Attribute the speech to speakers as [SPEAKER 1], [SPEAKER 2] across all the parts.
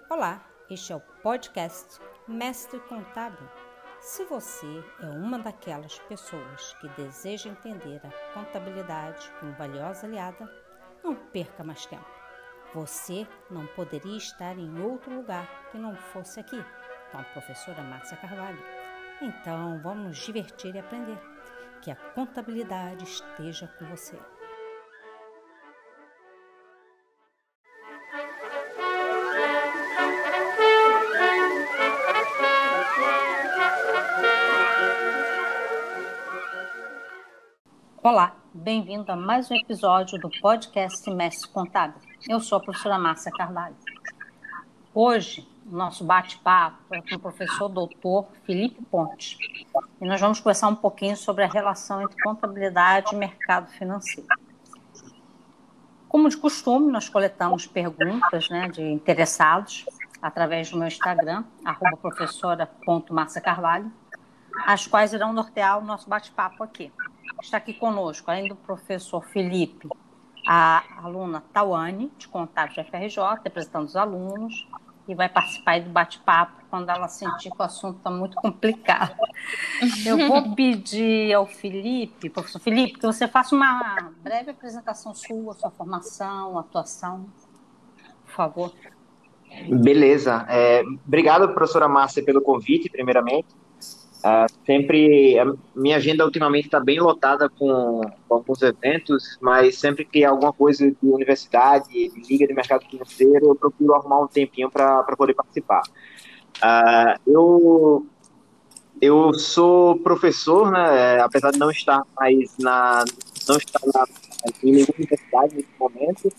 [SPEAKER 1] Olá, este é o podcast Mestre Contábil. Se você é uma daquelas pessoas que deseja entender a contabilidade como valiosa aliada, não perca mais tempo. Você não poderia estar em outro lugar que não fosse aqui, com a professora Márcia Carvalho. Então, vamos nos divertir e aprender. Que a contabilidade esteja com você. Olá, bem-vindo a mais um episódio do podcast Mestre Contábil. Eu sou a professora Márcia Carvalho. Hoje, o nosso bate-papo é com o professor doutor Felipe Pontes. E nós vamos conversar um pouquinho sobre a relação entre contabilidade e mercado financeiro. Como de costume, nós coletamos perguntas de interessados através do meu Instagram, @professora.marciacarvalho, as quais irão nortear o nosso bate-papo aqui. Está aqui conosco, além do professor Felipe, a aluna Tawane, de Contábil de FRJ, representando os alunos, e vai participar aí do bate-papo quando ela sentir que o assunto está muito complicado. Eu vou pedir ao Felipe, professor Felipe, que você faça uma breve apresentação sua formação, atuação, por favor.
[SPEAKER 2] Beleza. Obrigado, professora Márcia, pelo convite, primeiramente. Minha agenda ultimamente está bem lotada com alguns eventos, mas sempre que há alguma coisa de universidade, de liga de mercado financeiro, eu procuro arrumar um tempinho para poder participar. Eu sou professor, né, apesar de não estar mais em nenhuma universidade nesse momento.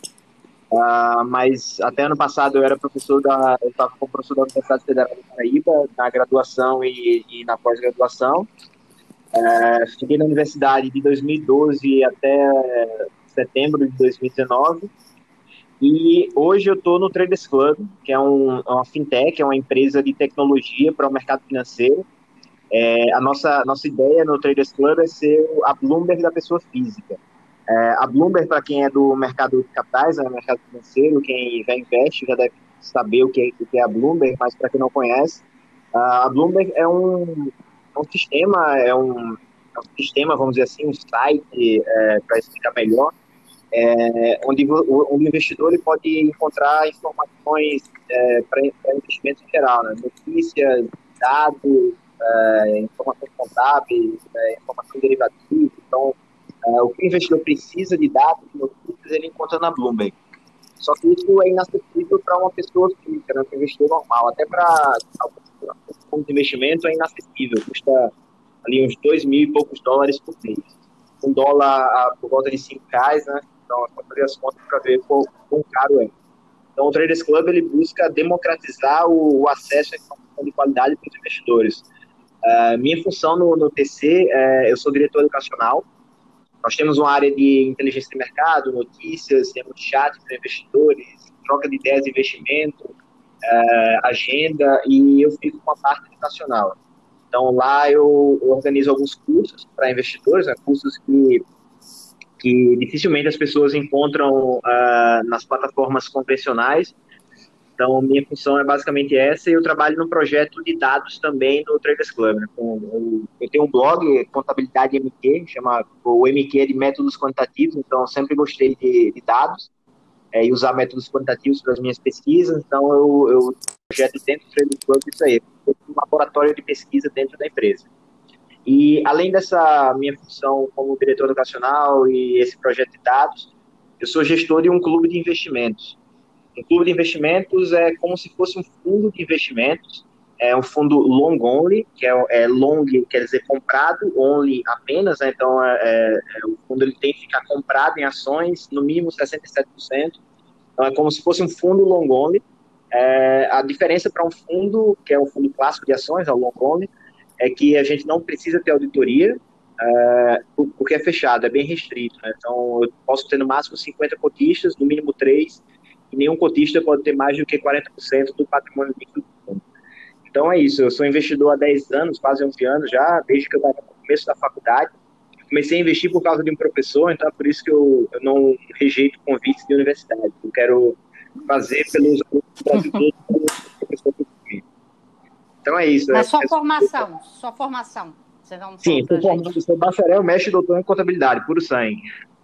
[SPEAKER 2] Mas até ano passado eu estava como professor da Universidade Federal da Paraíba, na graduação e na pós-graduação. Fiquei na universidade de 2012 até setembro de 2019. E hoje eu estou no Traders Club, que é uma fintech, é uma empresa de tecnologia para o mercado financeiro. A nossa ideia no Traders Club é ser a Bloomberg da pessoa física. A Bloomberg, para quem é do mercado de capitais, mercado financeiro, quem já investe já deve saber o que é a Bloomberg, mas para quem não conhece, a Bloomberg é um sistema, sistema, vamos dizer assim, um site, para explicar melhor, onde o investidor ele pode encontrar informações para investimentos em geral, né? Notícias, dados, informações contábeis, informação derivativa. Então, o que o investidor precisa de dados e notícias, ele encontra na Bloomberg. Só que isso é inacessível para uma pessoa física, né, para um investidor normal. Até para um de investimento é inacessível. Custa ali uns 2 mil e poucos dólares por mês. Um dólar por volta de R$5, né? Então, é só fazer as contas para ver quão caro é. Então, o Traders Club ele busca democratizar o acesso à informação de qualidade para os investidores. Minha função no TC, eu sou diretor educacional. Nós temos uma área de inteligência de mercado, notícias, temos chat para investidores, troca de ideias de investimento, agenda, e eu fico com a parte educacional. Então, lá eu organizo alguns cursos para investidores, cursos que dificilmente as pessoas encontram nas plataformas convencionais. Então, minha função é basicamente essa, e eu trabalho num projeto de dados também no Traders Club. Né? Eu tenho um blog, Contabilidade MQ, chama o MQ de Métodos Quantitativos, então eu sempre gostei de dados e usar métodos quantitativos para as minhas pesquisas, então eu projeto dentro do Traders Club isso aí, um laboratório de pesquisa dentro da empresa. E além dessa minha função como diretor educacional e esse projeto de dados, eu sou gestor de um clube de investimentos. Um clube de investimentos é como se fosse um fundo de investimentos, é um fundo long only, que é long, quer dizer comprado, only apenas, né? Então o fundo ele tem que ficar comprado em ações, no mínimo 67%, então é como se fosse um fundo long only. A diferença para um fundo, que é um fundo clássico de ações, o long only, é que a gente não precisa ter auditoria, porque é fechado, é bem restrito, né? Então eu posso ter no máximo 50 cotistas, no mínimo 3, e nenhum cotista pode ter mais do que 40% do patrimônio líquido do fundo. Então é isso, eu sou investidor há 10 anos, quase 11 anos já, desde que eu estava no começo da faculdade. Comecei a investir por causa de um professor, então é por isso que eu não rejeito convites de universidade. Eu quero fazer pelos alunos brasileiros Então é isso.
[SPEAKER 1] Mas sua formação, você não
[SPEAKER 2] Sim,
[SPEAKER 1] falou pra gente.
[SPEAKER 2] sou bacharel, mestre e doutor em contabilidade, puro sangue.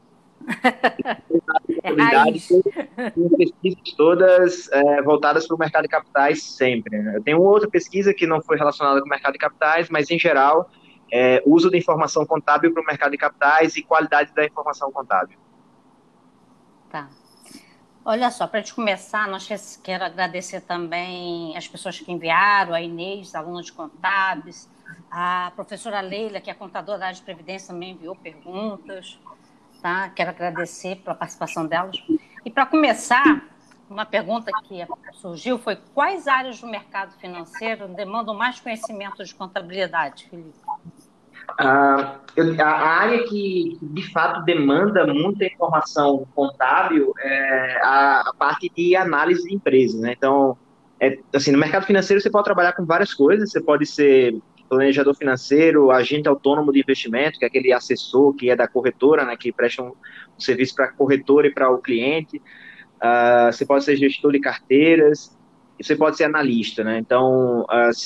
[SPEAKER 1] É
[SPEAKER 2] Contabilidade,
[SPEAKER 1] raiz.
[SPEAKER 2] com pesquisas todas voltadas para o mercado de capitais sempre, né? Eu tenho outra pesquisa que não foi relacionada com o mercado de capitais, mas em geral, uso da informação contábil para o mercado de capitais e qualidade da informação contábil.
[SPEAKER 1] Tá. Olha só, para a gente começar, quero agradecer também as pessoas que enviaram, a Inês, aluna de contábeis, a professora Leila, que é contadora da área de Previdência, também enviou perguntas, tá? Quero agradecer pela participação delas. E para começar, uma pergunta que surgiu foi: quais áreas do mercado financeiro demandam mais conhecimento de contabilidade, Felipe?
[SPEAKER 2] A área que de fato demanda muita informação contábil é a parte de análise de empresas, né? Então, assim, no mercado financeiro você pode trabalhar com várias coisas, você pode ser planejador financeiro, agente autônomo de investimento, que é aquele assessor que é da corretora, né, que presta um serviço para a corretora e para o cliente. Você pode ser gestor de carteiras, e você pode ser analista, né? Então,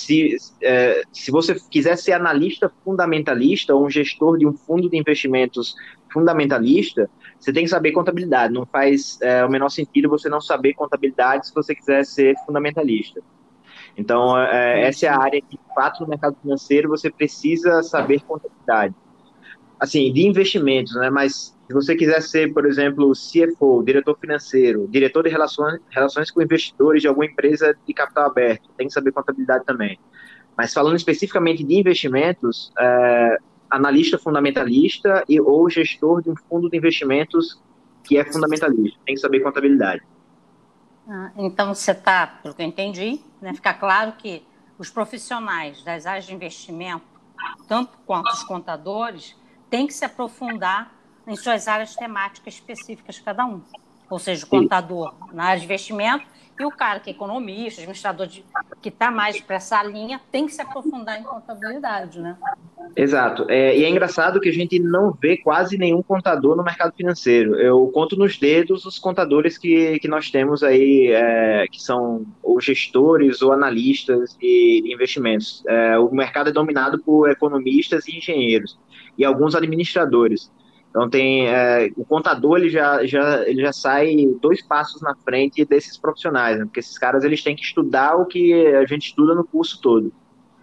[SPEAKER 2] se você quiser ser analista fundamentalista ou um gestor de um fundo de investimentos fundamentalista, você tem que saber contabilidade. Não faz o menor sentido você não saber contabilidade se você quiser ser fundamentalista. Então, essa é a área que, de fato, no mercado financeiro você precisa saber contabilidade, assim, de investimentos, né? Mas se você quiser ser, por exemplo, CFO, diretor financeiro, diretor de relações com investidores de alguma empresa de capital aberto, tem que saber contabilidade também. Mas falando especificamente de investimentos, analista fundamentalista ou gestor de um fundo de investimentos que é fundamentalista, tem que saber contabilidade.
[SPEAKER 1] Então, você está, pelo que eu entendi, né, fica claro que os profissionais das áreas de investimento, tanto quanto os contadores, têm que se aprofundar em suas áreas temáticas específicas, cada um. Ou seja, o contador na área de investimento e o cara que é economista, administrador, que está mais para essa linha, tem que se aprofundar em contabilidade, né?
[SPEAKER 2] Exato. E é engraçado que a gente não vê quase nenhum contador no mercado financeiro. Eu conto nos dedos os contadores que nós temos aí, que são ou gestores ou analistas de investimentos. O mercado é dominado por economistas e engenheiros, e alguns administradores. Então, o contador ele já sai 2 passos na frente desses profissionais, né? Porque esses caras eles têm que estudar o que a gente estuda no curso todo.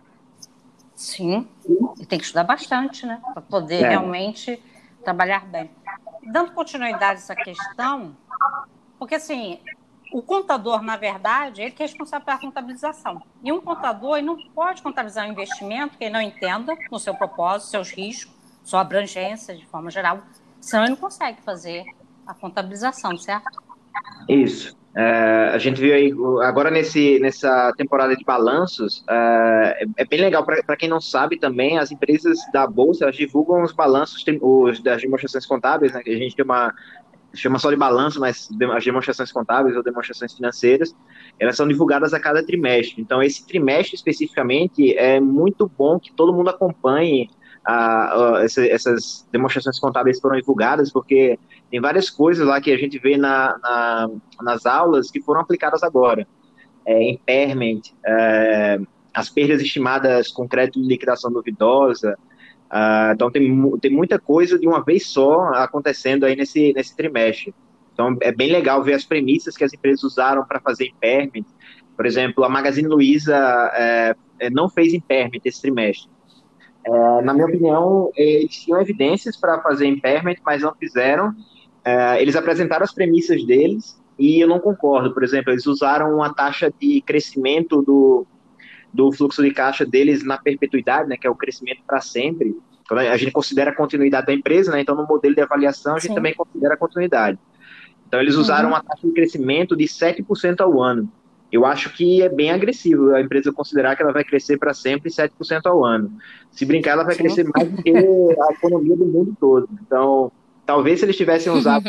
[SPEAKER 1] Sim, e tem que estudar bastante, né? Para poder
[SPEAKER 2] É.
[SPEAKER 1] realmente trabalhar bem. Dando continuidade a essa questão, porque assim, o contador, na verdade, ele que é responsável pela contabilização. E um contador ele não pode contabilizar um investimento que ele não entenda no seu propósito, seus riscos, sua abrangência, de forma geral, senão ele não consegue fazer a contabilização, certo?
[SPEAKER 2] Isso. A gente viu aí, agora nessa temporada de balanços, é bem legal para quem não sabe também, as empresas da Bolsa, elas divulgam os balanços, das demonstrações contábeis, né, que a gente chama só de balanço, mas as demonstrações contábeis ou demonstrações financeiras, elas são divulgadas a cada trimestre. Então, esse trimestre especificamente é muito bom que todo mundo acompanhe essas demonstrações contábeis foram divulgadas, porque tem várias coisas lá que a gente vê nas aulas que foram aplicadas agora. Impairment, as perdas estimadas com crédito de liquidação duvidosa. Então, tem muita coisa de uma vez só acontecendo aí nesse trimestre. Então, é bem legal ver as premissas que as empresas usaram para fazer impairment. Por exemplo, a Magazine Luiza não fez impairment esse trimestre. Na minha opinião, eles tinham evidências para fazer impairment, mas não fizeram. Eles apresentaram as premissas deles e eu não concordo. Por exemplo, eles usaram uma taxa de crescimento do fluxo de caixa deles na perpetuidade, né, que é o crescimento para sempre. Quando a gente considera a continuidade da empresa, né, então no modelo de avaliação a gente
[SPEAKER 1] Sim.
[SPEAKER 2] também considera a continuidade. Então eles usaram uma taxa de crescimento de 7% ao ano. Eu acho que é bem agressivo a empresa considerar que ela vai crescer para sempre 7% ao ano. Se brincar, ela vai
[SPEAKER 1] Sim.
[SPEAKER 2] crescer mais do que a economia do mundo todo. Então, talvez se eles tivessem usado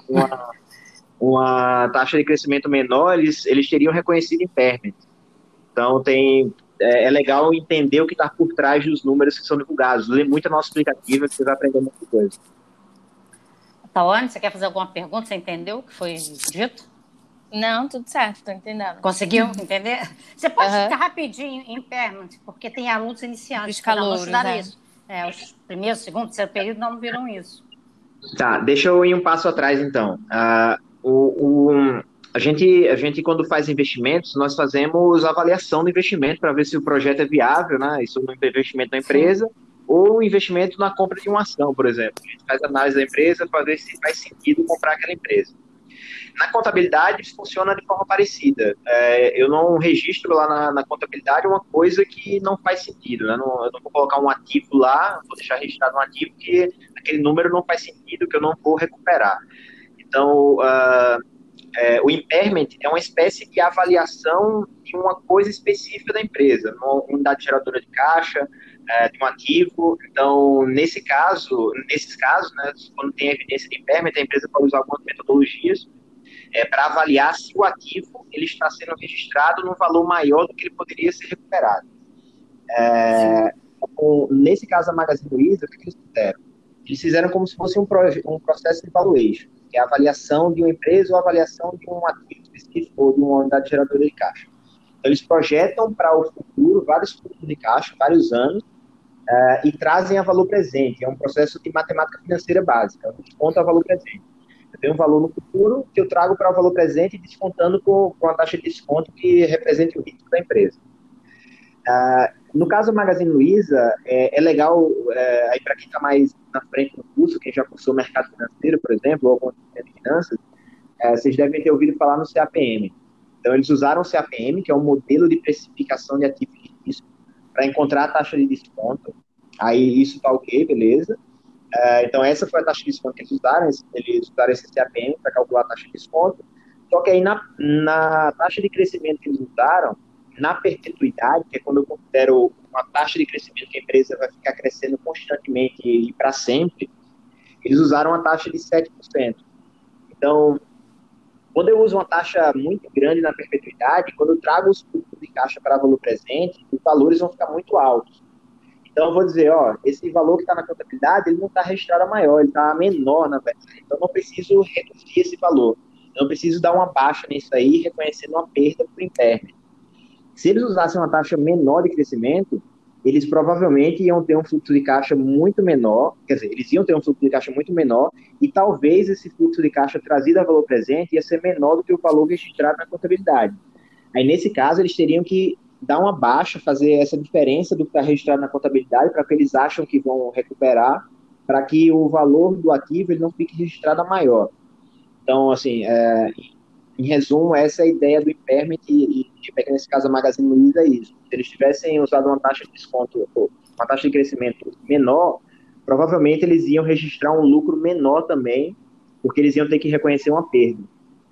[SPEAKER 2] uma taxa de crescimento menor, eles teriam reconhecido impairment. Então, é legal entender o que está por trás dos números que são divulgados. Lê muito a nossa explicativa, que você vai aprender muita coisa.
[SPEAKER 1] Tawane, você quer fazer alguma pergunta? Você entendeu o que foi dito?
[SPEAKER 3] Não, tudo certo, tô entendendo.
[SPEAKER 1] Conseguiu entender? Você pode
[SPEAKER 3] Aham.
[SPEAKER 1] ficar rapidinho em impairment, porque tem alunos iniciantes
[SPEAKER 3] Os
[SPEAKER 1] que ainda não
[SPEAKER 3] calouros,
[SPEAKER 1] estudaram
[SPEAKER 3] né?
[SPEAKER 1] isso. Os primeiros, segundo, terceiro período não viram isso.
[SPEAKER 2] Tá, deixa eu ir um passo atrás, então. A gente, quando faz investimentos, nós fazemos avaliação do investimento para ver se o projeto é viável, né? Isso no investimento na
[SPEAKER 1] Sim.
[SPEAKER 2] empresa, ou investimento na compra de uma ação, por exemplo. A gente faz análise da empresa para ver se faz sentido comprar aquela empresa. Na contabilidade, isso funciona de forma parecida. Eu não registro lá na contabilidade uma coisa que não faz sentido, né? Eu não vou colocar um ativo lá, vou deixar registrado um ativo que aquele número não faz sentido, que eu não vou recuperar. Então, o impairment é uma espécie de avaliação de uma coisa específica da empresa, uma unidade geradora de caixa, de um ativo. Então, nesses casos, né, quando tem evidência de impairment, a empresa pode usar algumas metodologias para avaliar se o ativo ele está sendo registrado num valor maior do que ele poderia ser recuperado. Nesse caso da Magazine Luiza, o que eles fizeram? Eles fizeram como se fosse um processo de valuation, que é a avaliação de uma empresa ou a avaliação de um ativo específico ou de uma unidade geradora de caixa. Então, eles projetam para o futuro vários fluxos de caixa, vários anos, e trazem a valor presente. É um processo de matemática financeira básica. Eu desconto a valor presente. Eu tenho um valor no futuro que eu trago para o valor presente, descontando com a taxa de desconto que represente o risco da empresa. No caso do Magazine Luiza, é legal, aí para quem está mais na frente do curso, quem já cursou mercado financeiro, por exemplo, ou alguma coisa de finanças, vocês devem ter ouvido falar no CAPM. Então, eles usaram o CAPM, que é um modelo de precificação de ativos de risco, para encontrar a taxa de desconto. Aí, isso está ok, beleza. Então, essa foi a taxa de desconto que eles usaram esse CAPM para calcular a taxa de desconto. Só que aí, na taxa de crescimento que eles usaram, na perpetuidade, que é quando eu considero uma taxa de crescimento que a empresa vai ficar crescendo constantemente e para sempre, eles usaram a taxa de 7%. Então, quando eu uso uma taxa muito grande na perpetuidade, quando eu trago os fluxos de caixa para valor presente, os valores vão ficar muito altos. Então, eu vou dizer, esse valor que está na contabilidade, ele não está registrado a maior, ele está menor, na verdade. Então, eu não preciso reduzir esse valor. Eu não preciso dar uma baixa nisso aí, reconhecendo uma perda por impairment. Se eles usassem uma taxa menor de crescimento, eles provavelmente iam ter um fluxo de caixa muito menor, quer dizer, eles iam ter um fluxo de caixa muito menor, e talvez esse fluxo de caixa trazido a valor presente ia ser menor do que o valor registrado na contabilidade. Aí, nesse caso, eles teriam que dar uma baixa, fazer essa diferença do que está registrado na contabilidade para que eles acham que vão recuperar, para que o valor do ativo ele não fique registrado a maior. Então, assim, em resumo, essa é a ideia do impairment e nesse caso a Magazine Luiza é isso. Se eles tivessem usado uma taxa de desconto, ou uma taxa de crescimento menor, provavelmente eles iam registrar um lucro menor também, porque eles iam ter que reconhecer uma perda.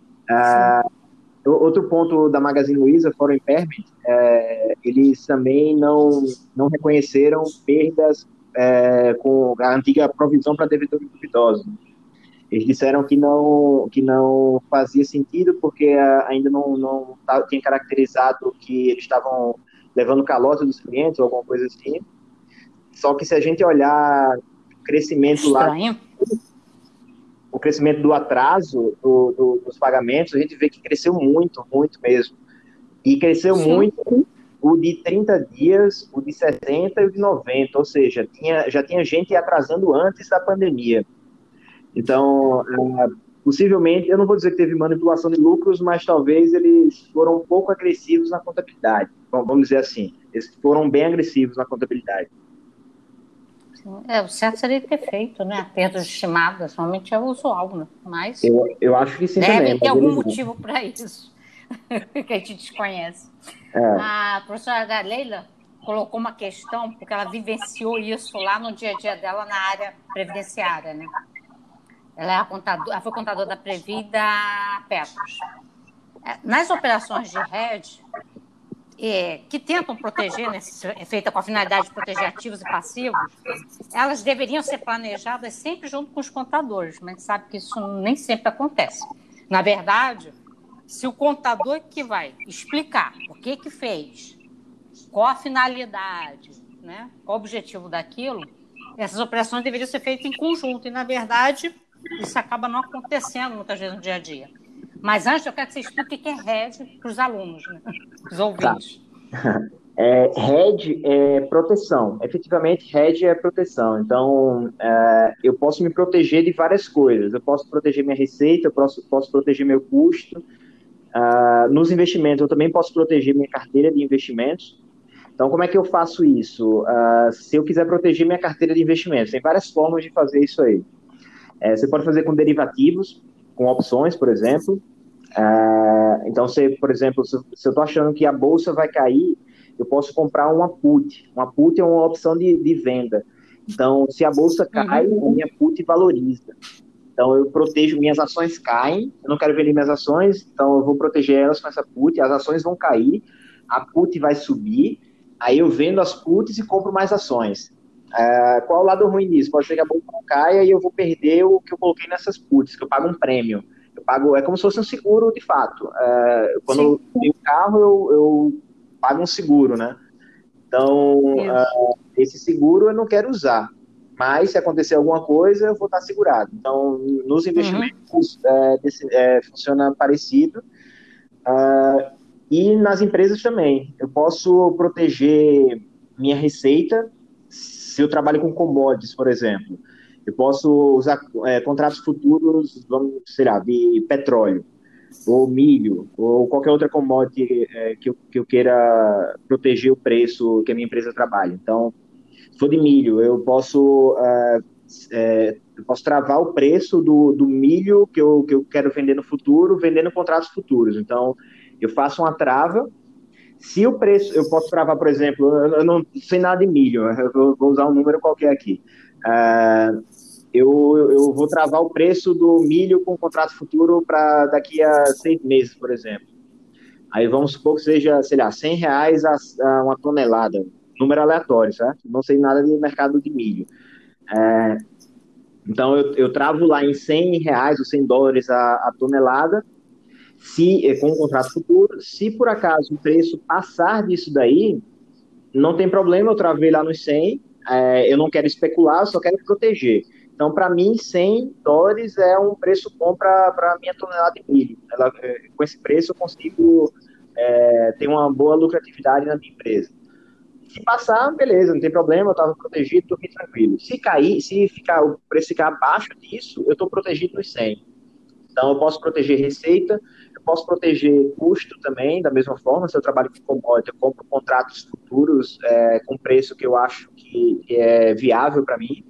[SPEAKER 2] Outro ponto da Magazine Luiza, fora o impairment, eles também não reconheceram perdas com a antiga provisão para devedores duvidosos. Eles disseram que não fazia sentido porque ainda não tinha caracterizado que eles estavam levando calote dos clientes ou alguma coisa assim. Só que se a gente olhar o crescimento
[SPEAKER 1] Estranho.
[SPEAKER 2] o crescimento do atraso dos pagamentos, a gente vê que cresceu muito, muito mesmo. E cresceu muito o de 30 dias, o de 60 e o de 90, ou seja, já tinha gente atrasando antes da pandemia. Então, possivelmente, eu não vou dizer que teve manipulação de lucros, mas talvez eles foram um pouco agressivos na contabilidade. Bom, vamos dizer assim, eles foram bem agressivos na contabilidade.
[SPEAKER 1] O certo seria ter feito, né? A perda estimada, normalmente é usual, né? Mas
[SPEAKER 2] eu acho que sim
[SPEAKER 1] deve
[SPEAKER 2] também.
[SPEAKER 1] ter algum motivo para isso, que a gente desconhece. A professora Leila colocou uma questão, porque ela vivenciou isso lá no dia a dia dela na área previdenciária, né? Ela foi contadora da Previ e da Petros. Nas operações de hedge, que tentam proteger, né, feita com a finalidade de proteger ativos e passivos, elas deveriam ser planejadas sempre junto com os contadores, mas a gente sabe que isso nem sempre acontece. Na verdade, se o contador que vai explicar o que fez, qual a finalidade, né, qual o objetivo daquilo, essas operações deveriam ser feitas em conjunto, e, na verdade, isso acaba não acontecendo muitas vezes no dia a dia. Mas antes eu quero que você explique o que é RED para os alunos, né? Os ouvintes.
[SPEAKER 2] Tá. RED é proteção. Efetivamente, RED é proteção. Então, eu posso me proteger de várias coisas. Eu posso proteger minha receita, eu posso proteger meu custo. Nos investimentos, eu também posso proteger minha carteira de investimentos. Então, como é que eu faço isso? Se eu quiser proteger minha carteira de investimentos, tem várias formas de fazer isso aí. Você pode fazer com derivativos, com opções, por exemplo. Então, por exemplo, se eu estou achando que a bolsa vai cair, eu posso comprar uma put. Uma put é uma opção de venda. Então, se a bolsa cai, a minha put valoriza. Então, eu protejo, minhas ações caem, eu não quero vender minhas ações, então eu vou proteger elas com essa put, as ações vão cair, a put vai subir, aí eu vendo as puts e compro mais ações. Qual é o lado ruim disso? Pode ser que a bolsa não caia e eu vou perder o que eu coloquei nessas puts, que eu pago um prêmio. É como se fosse um seguro de fato. Quando eu tenho um carro, eu pago um seguro, né? Então, esse seguro eu não quero usar. Mas se acontecer alguma coisa, eu vou estar segurado. Então, nos investimentos funciona parecido. E nas empresas também. Eu posso proteger minha receita se eu trabalho com commodities, por exemplo. Eu posso usar contratos futuros, vamos, sei lá, de petróleo, ou milho, ou qualquer outra commodity que eu queira proteger o preço que a minha empresa trabalha. Então, se for de milho, eu posso travar o preço do milho que eu quero vender no futuro, vendendo contratos futuros. Então, eu faço uma trava. Se o preço, eu posso travar, por exemplo, eu não sei nada de milho, eu vou usar um número qualquer aqui. Eu vou travar o preço do milho com contrato futuro para daqui a 6 meses, por exemplo. Aí vamos supor que seja, sei lá, R$ 100 a uma tonelada. Número aleatório, certo? Não sei nada de mercado de milho. Então, eu travo lá em R$ 100 ou US$ 100 a tonelada, com um contrato futuro. Se por acaso o preço passar disso daí, não tem problema, eu travei lá nos 100. Eu não quero especular, eu só quero proteger. Então, para mim, US$ 100 é um preço bom para a minha tonelada de milho. Com esse preço, eu consigo ter uma boa lucratividade na minha empresa. Se passar, beleza, não tem problema, eu estava protegido, dormi tranquilo. Se cair, o preço ficar abaixo disso, eu estou protegido nos 100. Então, eu posso proteger receita, eu posso proteger custo também, da mesma forma. Se eu trabalho com commodity, eu compro contratos futuros com preço que eu acho que é viável para mim.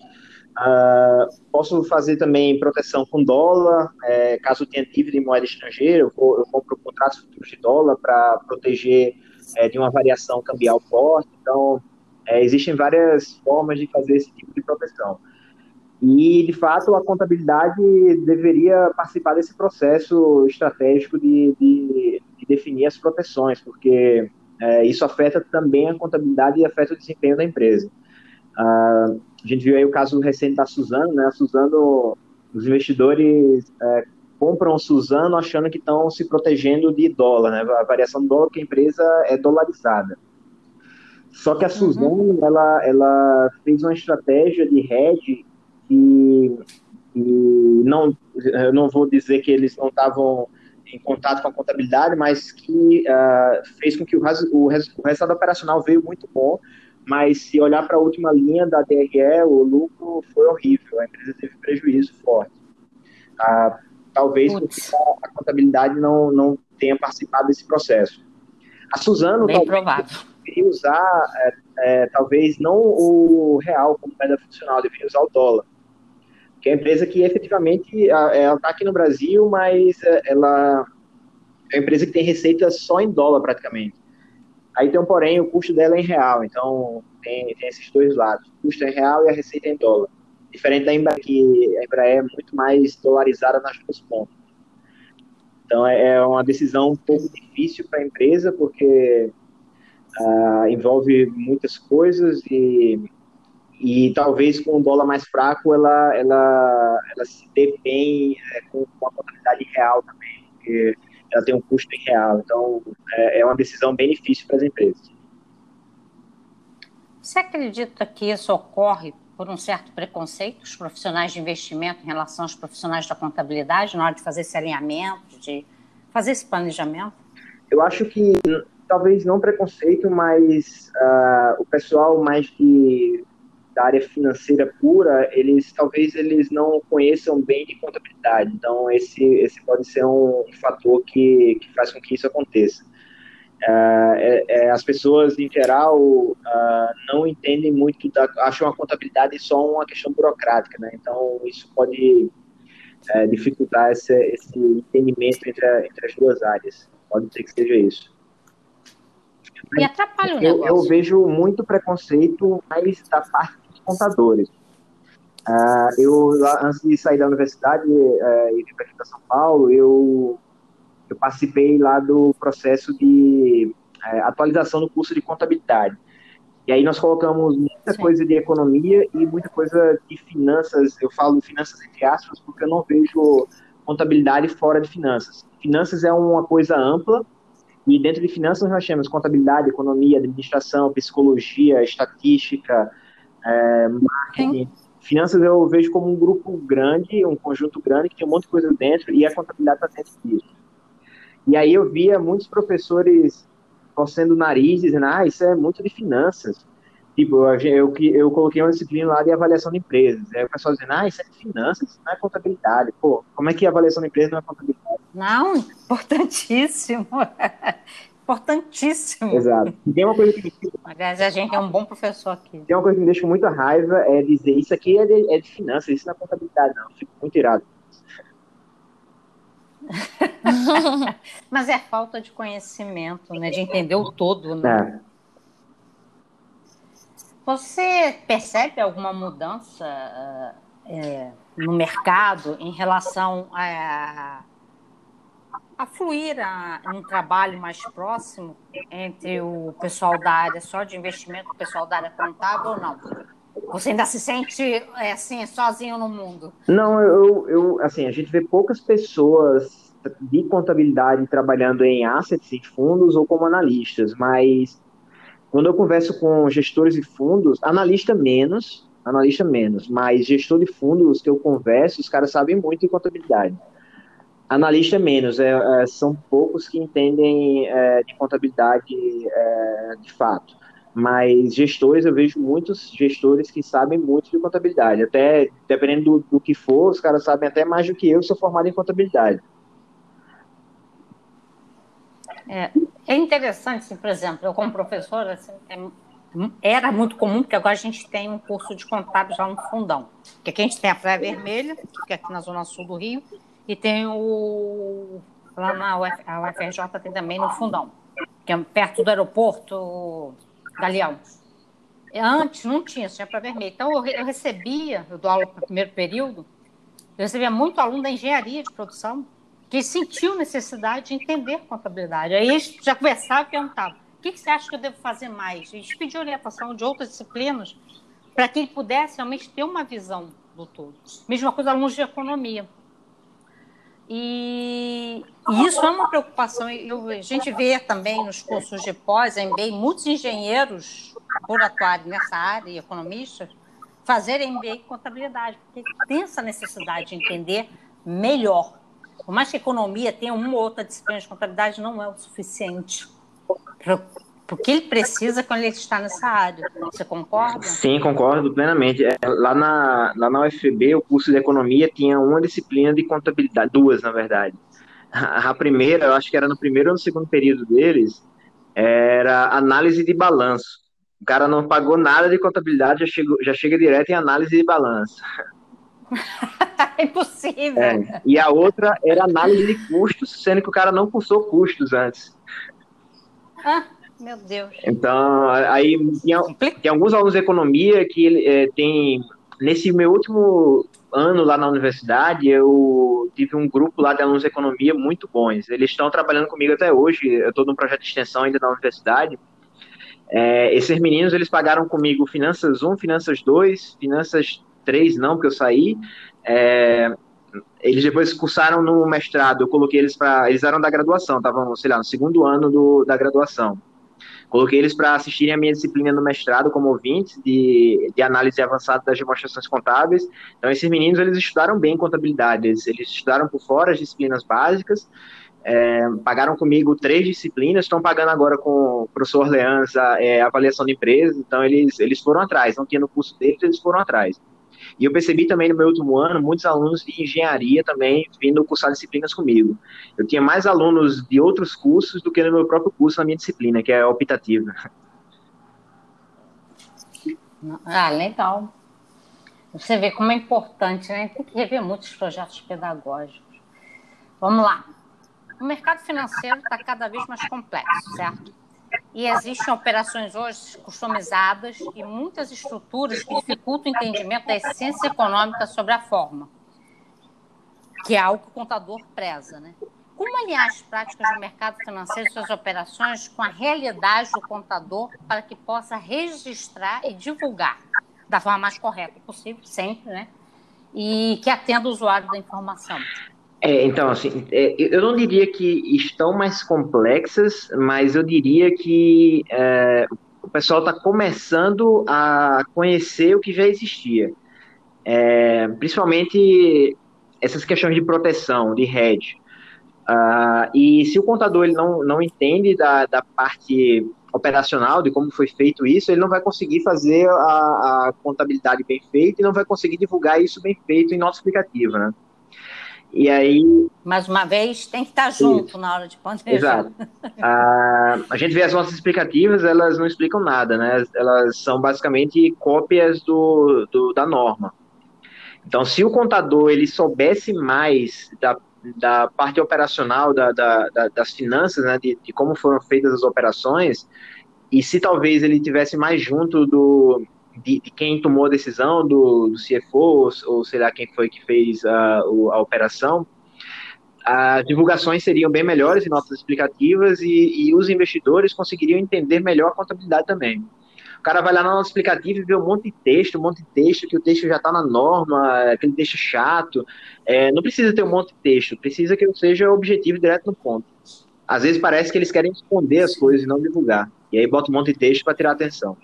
[SPEAKER 2] Posso fazer também proteção com dólar, caso eu tenha dívida em moeda estrangeira, eu compro contratos futuros de dólar para proteger de uma variação cambial forte. Então, existem várias formas de fazer esse tipo de proteção. E, de fato, a contabilidade deveria participar desse processo estratégico de definir as proteções, porque isso afeta também a contabilidade e afeta o desempenho da empresa. A gente viu aí o caso recente da Suzano, né? A Suzano, os investidores compram Suzano achando que estão se protegendo de dólar, né? A variação do dólar, porque a empresa é dolarizada. Só que a Suzano, ela fez uma estratégia de hedge que não, eu não vou dizer que eles não estavam em contato com a contabilidade, mas que fez com que o resultado operacional veio muito bom, mas se olhar para a última linha da DRE, o lucro foi horrível, a empresa teve prejuízo forte. Talvez porque a contabilidade não tenha participado desse processo. A Suzano deveria usar, talvez não o real como moeda funcional, deveria usar o dólar. Que é uma empresa que efetivamente ela está aqui no Brasil, mas ela é uma empresa que tem receita só em dólar praticamente. Aí tem um porém, o custo dela é em real, então tem esses dois lados. O custo é em real e a receita é em dólar. Diferente da Embraer, que a Embraer é muito mais dolarizada nas duas pontas. Então é uma decisão um pouco difícil para a empresa, porque envolve muitas coisas e talvez com um dólar mais fraco ela se dê bem com a contabilidade real também, porque ela tem um custo em real. Então, é uma decisão bem difícil para as empresas.
[SPEAKER 1] Você acredita que isso ocorre por um certo preconceito dos profissionais de investimento em relação aos profissionais da contabilidade na hora de fazer esse alinhamento, de fazer esse planejamento?
[SPEAKER 2] Eu acho que talvez não preconceito, mas o pessoal mais da área financeira pura, talvez eles não conheçam bem de contabilidade. Então, esse pode ser um fator que faz com que isso aconteça. As pessoas, em geral, não entendem muito, acham a contabilidade só uma questão burocrática, né? Então, isso pode dificultar esse entendimento entre as duas áreas. Pode ser que seja isso.
[SPEAKER 1] E atrapalha o
[SPEAKER 2] Eu
[SPEAKER 1] negócio.
[SPEAKER 2] vejo muito preconceito mais da parte dos contadores. Antes de sair da universidade e vir para São Paulo, eu participei lá do processo de atualização do curso de contabilidade. E aí nós colocamos muita
[SPEAKER 1] Sim.
[SPEAKER 2] coisa de economia e muita coisa de finanças. Eu falo finanças entre aspas porque eu não vejo contabilidade fora de finanças. Finanças é uma coisa ampla e dentro de finanças nós temos contabilidade, economia, administração, psicologia, estatística, marketing.
[SPEAKER 1] Sim.
[SPEAKER 2] Finanças eu vejo como um grupo grande, um conjunto grande que tem um monte de coisa dentro e a contabilidade está dentro disso. E aí eu via muitos professores torcendo o nariz, dizendo, isso é muito de finanças. Tipo, eu coloquei uma disciplina lá de avaliação de empresas. Aí o pessoal dizendo, isso é de finanças, isso não é contabilidade. Pô, como é que avaliação de empresa não é contabilidade?
[SPEAKER 1] Não, importantíssimo. Importantíssimo.
[SPEAKER 2] Exato. E tem uma coisa que
[SPEAKER 1] Aliás, a gente tem um bom professor aqui.
[SPEAKER 2] Tem uma coisa que me deixa com muita raiva, é dizer, isso aqui é de finanças, isso não é contabilidade, não. Eu fico muito irado.
[SPEAKER 1] Mas é falta de conhecimento, né? De entender o todo, né? Você percebe alguma mudança no mercado em relação a fluir um trabalho mais próximo entre o pessoal da área só de investimento e o pessoal da área contábil ou não? Você ainda se sente assim, sozinho no mundo?
[SPEAKER 2] Não, assim, a gente vê poucas pessoas de contabilidade trabalhando em assets e fundos ou como analistas, mas quando eu converso com gestores de fundos, analista menos, mas gestor de fundos que eu converso, os caras sabem muito de contabilidade. Analista menos, são poucos que entendem de contabilidade de fato. Mas gestores, eu vejo muitos gestores que sabem muito de contabilidade. Até, dependendo do que for, os caras sabem até mais do que eu, sou formado em contabilidade.
[SPEAKER 1] É interessante, assim, por exemplo, eu como professora, assim, era muito comum, porque agora a gente tem um curso de contábeis lá no Fundão. Porque aqui a gente tem a Praia Vermelha, que fica aqui na zona sul do Rio, e tem lá na UFRJ tem também no Fundão, que é perto do aeroporto Galeão. Antes não tinha, só tinha Praia Vermelha. Então eu dou aula para o primeiro período, eu recebia muito aluno da engenharia de produção, que sentiu necessidade de entender contabilidade. Aí eles já conversavam e perguntavam, o que você acha que eu devo fazer mais? Eles pediam orientação de outras disciplinas para que ele pudesse realmente ter uma visão do todo. Mesma coisa alunos de economia. E isso é uma preocupação. A gente vê também nos cursos de pós, MBA, muitos engenheiros, por atuarem nessa área, e economistas, fazerem MBA em contabilidade, porque tem essa necessidade de entender melhor. Por mais que a economia tenha uma ou outra disciplina de contabilidade, não é o suficiente porque ele precisa quando ele está nessa área. Você concorda?
[SPEAKER 2] Sim, concordo plenamente. Lá na UFB, o curso de economia tinha uma disciplina de contabilidade, duas, na verdade. A primeira, eu acho que era no primeiro ou no segundo período deles, era análise de balanço. O cara não pagou nada de contabilidade, já chega direto em análise de balanço.
[SPEAKER 1] É impossível.
[SPEAKER 2] E a outra era análise de custos, sendo que o cara não cursou custos antes.
[SPEAKER 1] Meu Deus.
[SPEAKER 2] Então, aí tem alguns alunos de economia que tem... Nesse meu último ano lá na universidade, eu tive um grupo lá de alunos de economia muito bons. Eles estão trabalhando comigo até hoje. Eu estou num projeto de extensão ainda na universidade. Esses meninos, eles pagaram comigo Finanças 1, Finanças 2, Finanças 3 não, porque eu saí. Eles depois cursaram no mestrado. Eu coloquei eles para... Eles eram da graduação, estavam, sei lá, no segundo ano da graduação. Coloquei eles para assistirem a minha disciplina no mestrado como ouvintes de análise avançada das demonstrações contábeis. Então, esses meninos, eles estudaram bem contabilidade, eles estudaram por fora as disciplinas básicas, pagaram comigo 3 disciplinas, estão pagando agora com o professor Orleans avaliação de empresas, então eles foram atrás, não tinha no curso deles, eles foram atrás. E eu percebi também no meu último ano, muitos alunos de engenharia também vindo cursar disciplinas comigo. Eu tinha mais alunos de outros cursos do que no meu próprio curso, na minha disciplina, que é optativa.
[SPEAKER 1] Ah, legal. Você vê como é importante, né? Tem que rever muitos projetos pedagógicos. Vamos lá. O mercado financeiro está cada vez mais complexo, certo? E existem operações hoje customizadas e muitas estruturas que dificultam o entendimento da essência econômica sobre a forma, que é algo que o contador preza, né? Como alinhar as práticas do mercado financeiro e suas operações com a realidade do contador para que possa registrar e divulgar da forma mais correta possível, sempre, né? E que atenda o usuário da informação?
[SPEAKER 2] Então, assim, eu não diria que estão mais complexas, mas eu diria que o pessoal está começando a conhecer o que já existia. Principalmente essas questões de proteção, de hedge. E se o contador ele não entende da parte operacional, de como foi feito isso, ele não vai conseguir fazer a contabilidade bem feita e não vai conseguir divulgar isso bem feito em nota explicativa, né? E aí...
[SPEAKER 1] Mais uma vez, tem que estar junto isso. Na hora de planejar.
[SPEAKER 2] Exato. A gente vê as notas explicativas, elas não explicam nada, né? Elas são basicamente cópias da norma. Então, se o contador ele soubesse mais da parte operacional das finanças, né, de como foram feitas as operações, e se talvez ele tivesse mais junto de quem tomou a decisão, do CFO, ou sei lá quem foi que fez a operação, as divulgações seriam bem melhores em notas explicativas e os investidores conseguiriam entender melhor a contabilidade também. O cara vai lá na nota explicativa e vê um monte de texto, que o texto já está na norma, aquele texto chato. Não precisa ter um monte de texto, precisa que eu seja objetivo direto no ponto. Às vezes parece que eles querem esconder as coisas e não divulgar. E aí bota um monte de texto para tirar atenção.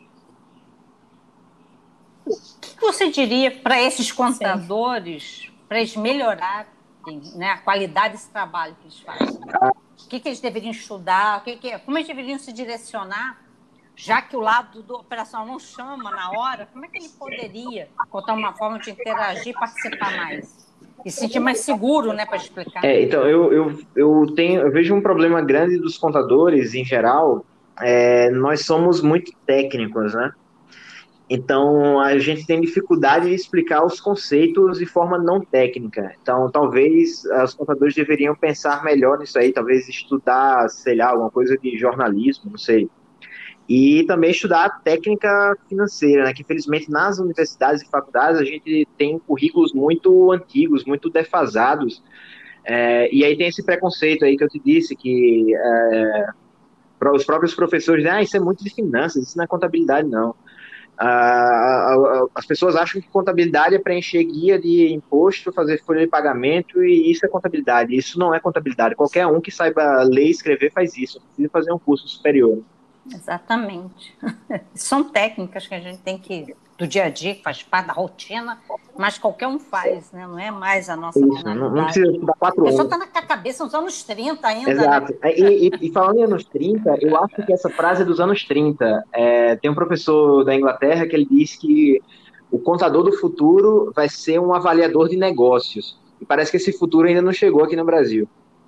[SPEAKER 1] O que você diria para esses contadores, para eles melhorarem, né, a qualidade desse trabalho que eles fazem? O que eles deveriam estudar? Como eles deveriam se direcionar? Já que o lado do operacional não chama na hora, como é que ele poderia encontrar uma forma de interagir e participar mais? E se sentir mais seguro, né, para explicar?
[SPEAKER 2] Então, eu vejo um problema grande dos contadores, em geral, nós somos muito técnicos, né? Então, a gente tem dificuldade de explicar os conceitos de forma não técnica. Então, talvez os contadores deveriam pensar melhor nisso aí, talvez estudar, sei lá, alguma coisa de jornalismo, não sei. E também estudar a técnica financeira, né? Que infelizmente nas universidades e faculdades a gente tem currículos muito antigos, muito defasados, e aí tem esse preconceito aí que eu te disse, que os próprios professores dizem, isso é muito de finanças, isso não é contabilidade não. As pessoas acham que contabilidade é preencher guia de imposto, fazer folha de pagamento, e isso é contabilidade. Isso não é contabilidade, qualquer um que saiba ler e escrever faz isso, não precisa fazer um curso superior.
[SPEAKER 1] Exatamente. São técnicas que a gente tem que, do dia a dia, que faz parte da rotina, mas qualquer um faz, né? Não é mais a nossa
[SPEAKER 2] finalidade. Não precisa estudar 4 anos.
[SPEAKER 1] O pessoal está na cabeça nos anos 30 ainda.
[SPEAKER 2] Exato.
[SPEAKER 1] Né?
[SPEAKER 2] E falando em anos 30, eu acho que essa frase é dos anos 30. Tem um professor da Inglaterra que ele diz que o contador do futuro vai ser um avaliador de negócios. E parece que esse futuro ainda não chegou aqui no Brasil.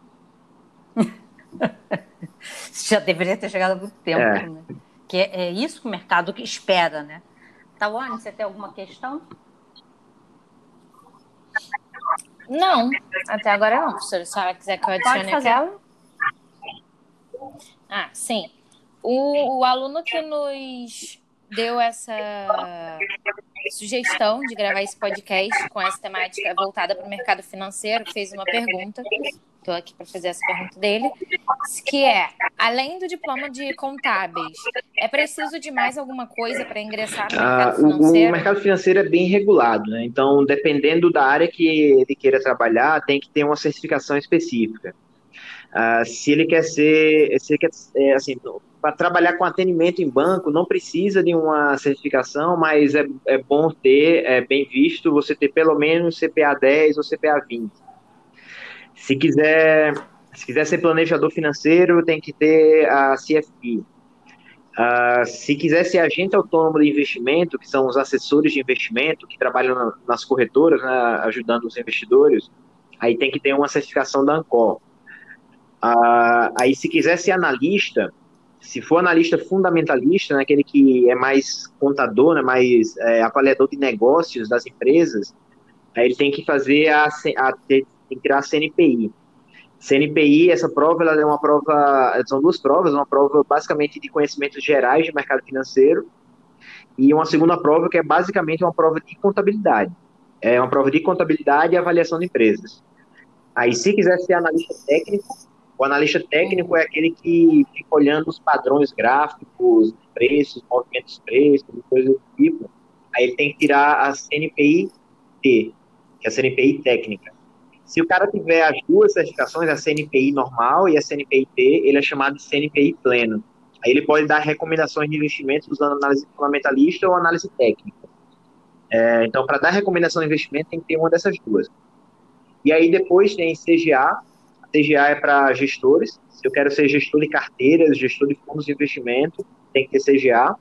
[SPEAKER 1] Já deveria ter chegado há muito tempo, né? Que é isso que o mercado espera, né? Tawane, você tem alguma questão?
[SPEAKER 3] Não, até agora não, professora. Se ela quiser que eu adicione aquela. Sim. O aluno que nos deu essa sugestão de gravar esse podcast com essa temática voltada para o mercado financeiro fez uma pergunta. Estou aqui para fazer essa pergunta dele, que é, além do diploma de contábeis, é preciso de mais alguma coisa para ingressar no mercado financeiro?
[SPEAKER 2] O mercado financeiro é bem regulado, né? Então, dependendo da área que ele queira trabalhar, tem que ter uma certificação específica. Se ele quer assim, para trabalhar com atendimento em banco, não precisa de uma certificação, mas é bom ter, é bem visto, você ter pelo menos CPA 10 ou CPA 20. Se quiser, se quiser ser planejador financeiro, tem que ter a CFP. Se quiser ser agente autônomo de investimento, que são os assessores de investimento que trabalham nas corretoras, né, ajudando os investidores, aí tem que ter uma certificação da Ancor. Aí, se quiser ser analista, se for analista fundamentalista, né, aquele que é mais contador, né, mais avaliador de negócios das empresas, aí ele tem que fazer tem que tirar a CNPI. CNPI, essa prova, ela é uma prova, são duas provas, uma prova basicamente de conhecimentos gerais de mercado financeiro e uma segunda prova que é basicamente uma prova de contabilidade. É uma prova de contabilidade e avaliação de empresas. Aí, se quiser ser analista técnico, o analista técnico é aquele que fica olhando os padrões gráficos, preços, movimentos de preços, coisas do tipo. Aí ele tem que tirar a CNPI-T, que é a CNPI técnica. Se o cara tiver as duas certificações, a CNPI normal e a CNPI-T, ele é chamado de CNPI pleno. Aí ele pode dar recomendações de investimentos usando análise fundamentalista ou análise técnica. Então, para dar recomendação de investimento, tem que ter uma dessas duas. E aí depois tem CGA. A CGA é para gestores. Se eu quero ser gestor de carteiras, gestor de fundos de investimento, tem que ter CGA.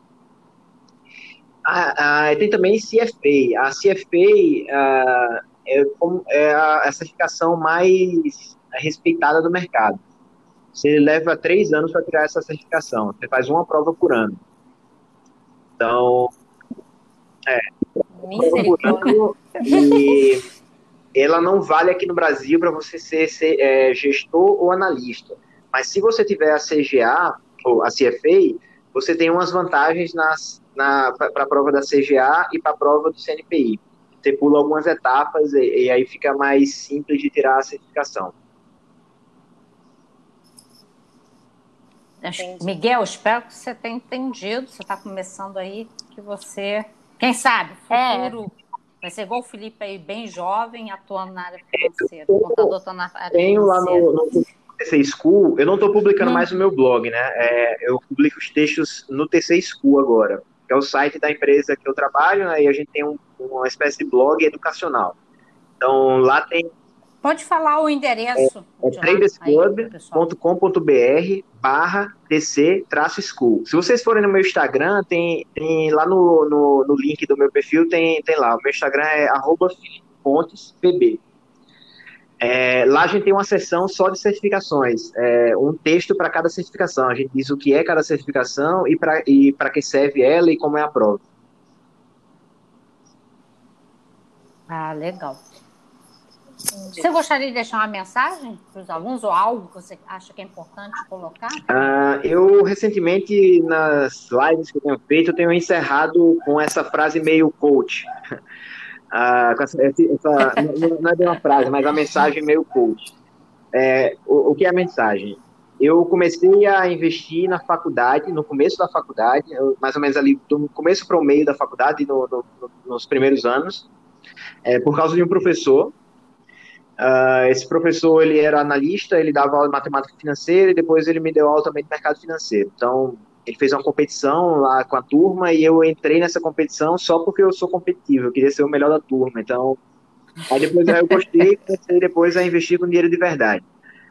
[SPEAKER 2] Tem também CFA. A CFA é a certificação mais respeitada do mercado. Você leva 3 anos para tirar essa certificação. Você faz uma prova por ano. Então, prova por ano, e ela não vale aqui no Brasil para você ser gestor ou analista. Mas se você tiver a CGA, ou a CFA, você tem umas vantagens para a prova da CGA e para a prova do CNPI. Você pula algumas etapas e aí fica mais simples de tirar a certificação.
[SPEAKER 1] Miguel, espero que você tenha entendido. Você está começando aí, que você, quem sabe, futuro vai ser igual o Felipe aí, bem jovem, atuando na área financeira. O contador está na área
[SPEAKER 2] tenho
[SPEAKER 1] financeira.
[SPEAKER 2] Lá no TC School, eu não estou publicando mais no meu blog, né? Eu publico os textos no TC School agora, que é o site da empresa que eu trabalho, né? E a gente tem uma espécie de blog educacional. Então, lá tem...
[SPEAKER 1] Pode falar o endereço.
[SPEAKER 2] tradersclub.com.br/tc-school. Se vocês forem no meu Instagram, tem lá no link do meu perfil, tem lá. O meu Instagram é @filipepontespb. Lá a gente tem uma seção só de certificações, um texto para cada certificação. A gente diz o que é cada certificação e para que serve ela e como é a prova.
[SPEAKER 1] Legal. Você gostaria de deixar uma mensagem para os alunos ou algo que você acha que é importante colocar?
[SPEAKER 2] Eu, recentemente, nas lives que eu tenho feito, eu tenho encerrado com essa frase meio coach. Não é de uma frase, mas a mensagem meio coach. O que é a mensagem? Eu comecei a investir na faculdade, no começo da faculdade, mais ou menos ali do começo para o meio da faculdade, nos primeiros anos, por causa de um professor. Esse professor, ele era analista, ele dava aula de matemática financeira e depois ele me deu aula também de mercado financeiro. Então, ele fez uma competição lá com a turma e eu entrei nessa competição só porque eu sou competitivo, eu queria ser o melhor da turma. Então, aí depois eu gostei e comecei depois a investir com dinheiro de verdade.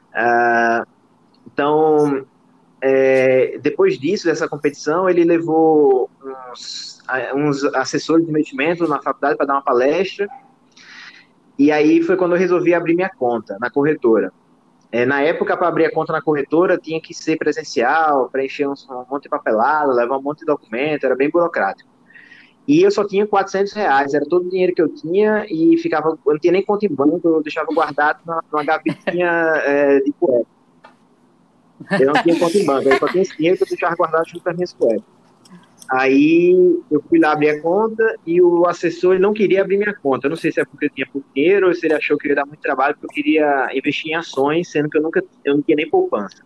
[SPEAKER 2] Então, depois disso, dessa competição, ele levou uns assessores de investimento na faculdade para dar uma palestra. E aí foi quando eu resolvi abrir minha conta na corretora. Na época, para abrir a conta na corretora, tinha que ser presencial, preencher um monte de papelada, levar um monte de documento, era bem burocrático. E eu só tinha R$400, era todo o dinheiro que eu tinha e eu não tinha nem conta em banco, eu deixava guardado numa gavetinha de cueca. Eu não tinha conta em banco, eu só tinha esse dinheiro que eu deixava guardado junto com as minhas cuecas. Aí eu fui lá abrir a conta e o assessor não queria abrir minha conta. Eu não sei se é porque eu tinha pouco dinheiro ou se ele achou que eu ia dar muito trabalho, porque eu queria investir em ações, sendo que eu não tinha nem poupança.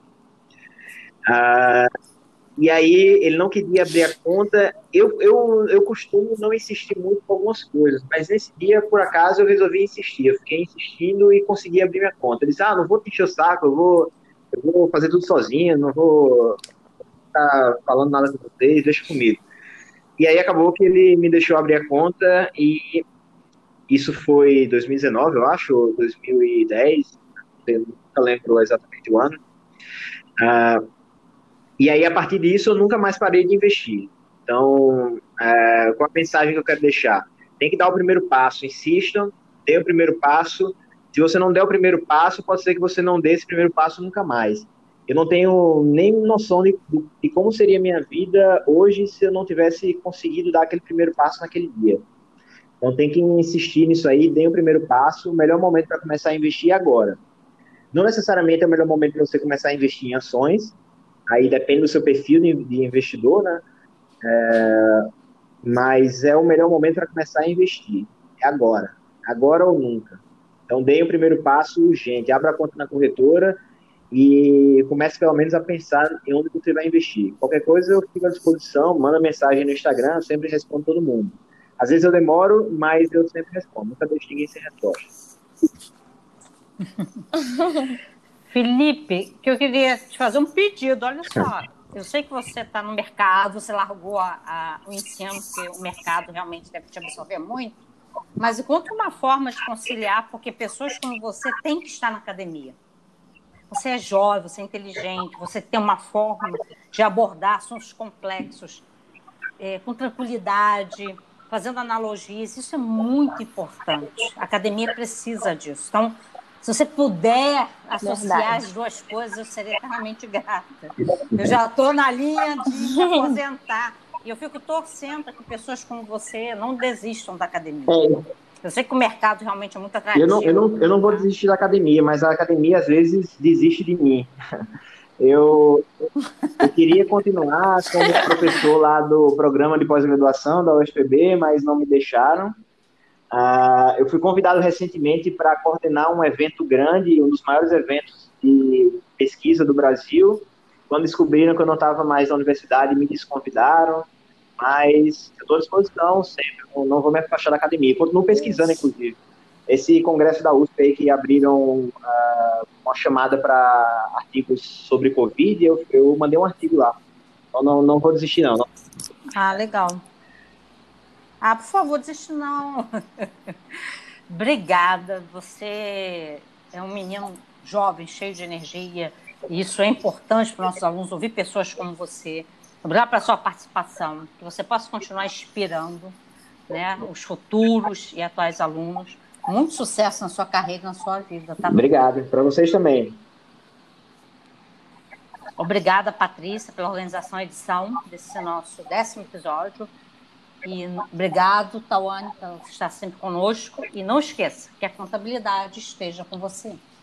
[SPEAKER 2] E aí ele não queria abrir a conta. Eu costumo não insistir muito com algumas coisas, mas nesse dia, por acaso, eu resolvi insistir. Eu fiquei insistindo e consegui abrir minha conta. Ele disse, não vou te encher o saco, eu eu vou fazer tudo sozinho, não vou ficar falando nada com vocês, deixa comigo. E aí acabou que ele me deixou abrir a conta e isso foi 2019, eu acho, ou 2010, eu nunca lembro exatamente o ano. E aí, a partir disso, eu nunca mais parei de investir. Então, qual a mensagem que eu quero deixar? Tem que dar o primeiro passo, insistam, dê o primeiro passo. Se você não der o primeiro passo, pode ser que você não dê esse primeiro passo nunca mais. Eu não tenho nem noção de como seria a minha vida hoje se eu não tivesse conseguido dar aquele primeiro passo naquele dia. Então, tem que insistir nisso aí, dê o primeiro passo. O melhor momento para começar a investir é agora. Não necessariamente é o melhor momento para você começar a investir em ações, aí depende do seu perfil de investidor, né? Mas é o melhor momento para começar a investir. É agora ou nunca. Então, dê o primeiro passo urgente, abra a conta na corretora e comece pelo menos a pensar em onde você vai investir. Qualquer coisa eu fico à disposição, manda mensagem no Instagram, eu sempre respondo todo mundo. Às vezes eu demoro, mas eu sempre respondo, nunca deixo ninguém sem resposta.
[SPEAKER 1] Felipe, que eu queria te fazer um pedido, olha só. Eu sei que você está no mercado, você largou o ensino, porque o mercado realmente deve te absorver muito, mas encontre uma forma de conciliar, porque pessoas como você têm que estar na academia. Você é jovem, você é inteligente, você tem uma forma de abordar assuntos complexos com tranquilidade, fazendo analogias. Isso é muito importante. A academia precisa disso. Então, se você puder associar as duas coisas, eu seria eternamente grata. Eu já estou na linha de me aposentar. E eu fico torcendo para que pessoas como você não desistam da academia. Eu sei que o mercado realmente é muito atrativo.
[SPEAKER 2] Eu não vou desistir da academia, mas a academia às vezes desiste de mim. Eu queria continuar como professor lá do programa de pós-graduação da UFPB, mas não me deixaram. Eu fui convidado recentemente para coordenar um evento grande, um dos maiores eventos de pesquisa do Brasil. Quando descobriram que eu não estava mais na universidade, me desconvidaram, mas eu estou à disposição sempre, não vou me afastar da academia. Continuo pesquisando, inclusive. Esse congresso da USP aí que abriram uma chamada para artigos sobre Covid, eu mandei um artigo lá. Então não vou desistir, não.
[SPEAKER 1] Legal. Por favor, desiste não. Obrigada. Você é um menino jovem, cheio de energia. E isso é importante para os nossos alunos, ouvir pessoas como você. Obrigada pela sua participação. Que você possa continuar inspirando, né, os futuros e atuais alunos. Muito sucesso na sua carreira, na sua vida. Tá?
[SPEAKER 2] Obrigado. Para vocês também.
[SPEAKER 1] Obrigada, Patrícia, pela organização e edição desse nosso 10º episódio. E obrigado, Tawane, por estar sempre conosco. E não esqueça que a contabilidade esteja com você.